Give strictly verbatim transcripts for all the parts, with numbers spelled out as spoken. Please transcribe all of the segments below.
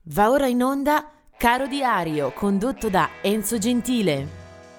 Va ora in onda Caro Diario, condotto da Enzo Gentile.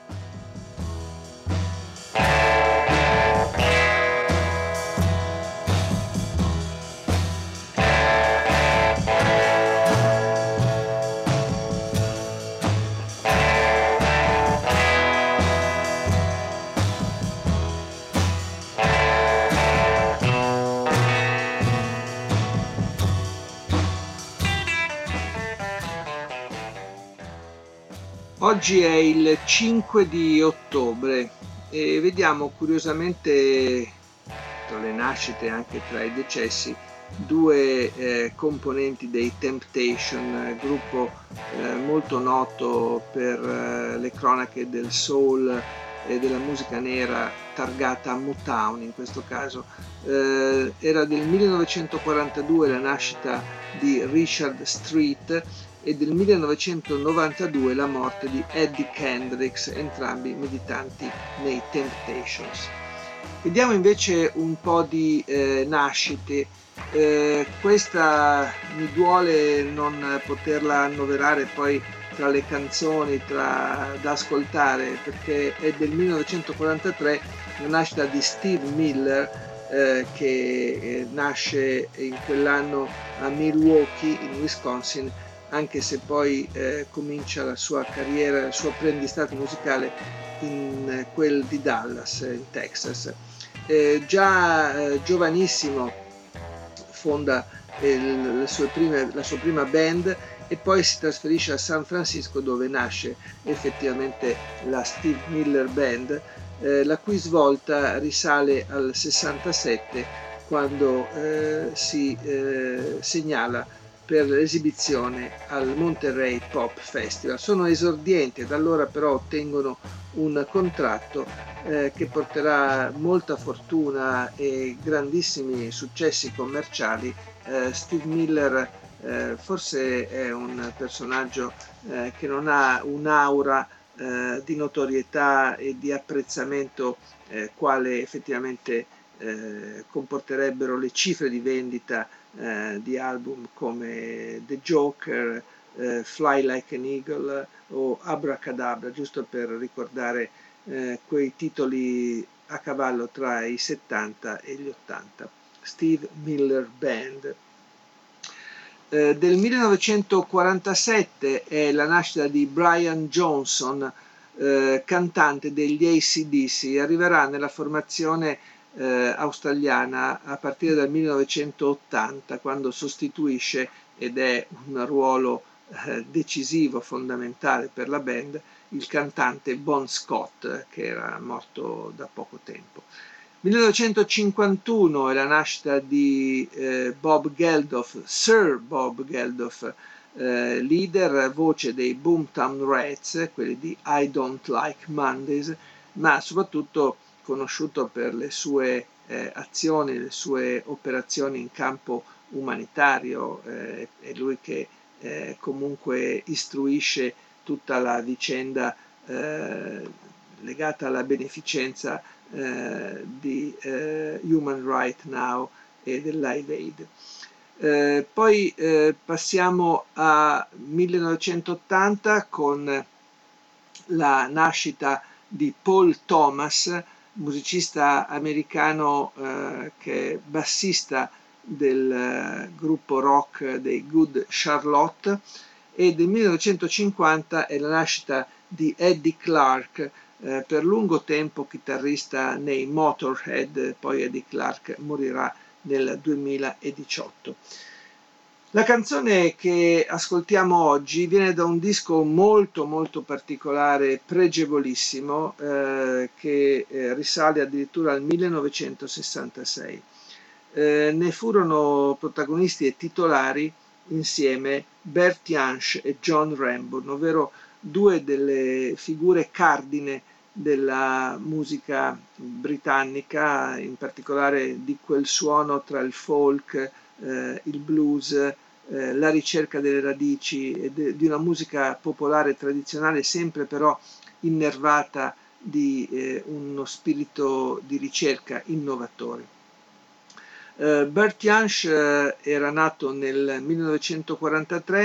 Oggi è il cinque di ottobre e vediamo curiosamente, tra le nascite e anche tra i decessi, due eh, componenti dei Temptation, gruppo eh, molto noto per eh, le cronache del soul e della musica nera targata Motown in questo caso. Eh, era del millenovecentoquarantadue la nascita di Richard Street e del millenovecentonovantadue la morte di Eddie Kendricks, entrambi militanti nei Temptations. Vediamo invece un po' di eh, nascite. Eh, questa mi duole non poterla annoverare poi tra le canzoni tra, da ascoltare, perché è del millenovecentoquarantatré la nascita di Steve Miller, eh, che eh, nasce in quell'anno a Milwaukee in Wisconsin, anche se poi eh, comincia la sua carriera, il suo apprendistato musicale in eh, quel di Dallas, in Texas. Eh, già eh, giovanissimo fonda il, le sue prime, la sua prima band e poi si trasferisce a San Francisco, dove nasce effettivamente la Steve Miller Band, eh, la cui svolta risale al sessantasette, quando eh, si eh, segnala per l'esibizione al Monterey Pop Festival. Sono esordienti, da allora però ottengono un contratto eh, che porterà molta fortuna e grandissimi successi commerciali. Eh, Steve Miller eh, forse è un personaggio eh, che non ha un'aura eh, di notorietà e di apprezzamento eh, quale effettivamente eh, comporterebbero le cifre di vendita eh, di album come The Joker, eh, Fly Like an Eagle o Abracadabra, giusto per ricordare eh, quei titoli a cavallo tra i settanta e gli ottanta. Steve Miller Band. Eh, del millenovecentoquarantasette è la nascita di Brian Johnson, eh, cantante degli A C D C. Arriverà nella formazione eh, australiana a partire dal millenovecentottanta, quando sostituisce, ed è un ruolo eh, decisivo, fondamentale per la band, il cantante Bon Scott, che era morto da poco tempo. millenovecentocinquantuno è la nascita di eh, Bob Geldof, Sir Bob Geldof, eh, leader, voce dei Boomtown Rats, quelli di I Don't Like Mondays, ma soprattutto conosciuto per le sue eh, azioni, le sue operazioni in campo umanitario. Eh, è lui che eh, comunque istruisce tutta la vicenda eh, legata alla beneficenza eh, di eh, Human Right Now e del Live Aid. Eh, poi eh, passiamo a millenovecentottanta con la nascita di Paul Thomas, musicista americano eh, che è bassista del eh, gruppo rock dei Good Charlotte, e del millenovecentocinquanta è la nascita di Eddie Clark, eh, per lungo tempo chitarrista nei Motorhead. Poi Eddie Clark morirà nel duemiladiciotto. La canzone che ascoltiamo oggi viene da un disco molto molto particolare, pregevolissimo, eh, che eh, risale addirittura al millenovecentosessantasei. Eh, ne furono protagonisti e titolari insieme Bert Jansch e John Rambo, ovvero due delle figure cardine della musica britannica, in particolare di quel suono tra il folk, eh, il blues, eh, la ricerca delle radici e de- di una musica popolare tradizionale, sempre però innervata di eh, uno spirito di ricerca innovatore. Uh, Bert Jansch uh, era nato nel millenovecentoquarantatré,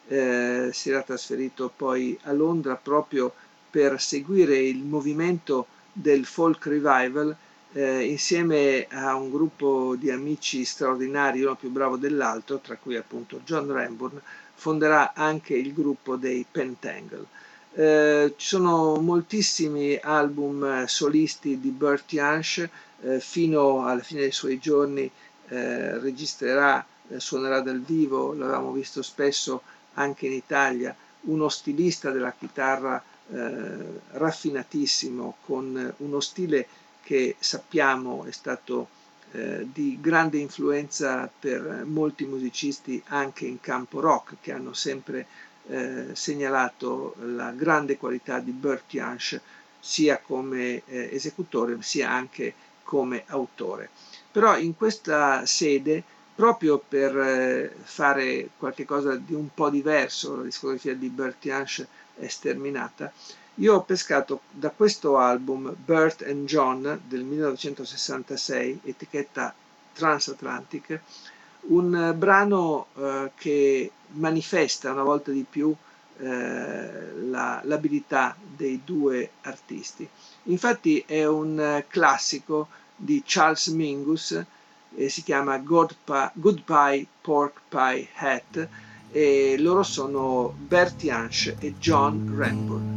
eh, si era trasferito poi a Londra proprio per seguire il movimento del folk revival, eh, insieme a un gruppo di amici straordinari, uno più bravo dell'altro, tra cui appunto John Renbourn, fonderà anche il gruppo dei Pentangle. Eh, ci sono moltissimi album solisti di Bert Jansch, eh, fino alla fine dei suoi giorni eh, registrerà, eh, suonerà dal vivo, l'avevamo visto spesso anche in Italia, uno stilista della chitarra eh, raffinatissimo, con uno stile che sappiamo è stato eh, di grande influenza per molti musicisti anche in campo rock, che hanno sempre eh, segnalato la grande qualità di Bert Jansch sia come eh, esecutore sia anche come autore. Però in questa sede, proprio per eh, fare qualcosa di un po' diverso, la discografia di Bert Jansch è sterminata, io ho pescato da questo album Bert and John del millenovecentosessantasei, etichetta Transatlantic, un brano eh, che manifesta una volta di più eh, la, l'abilità dei due artisti. Infatti è un classico di Charles Mingus, eh, si chiama Goodbye Pork Pie Hat, e loro sono Bert Jansch e John Renbourn.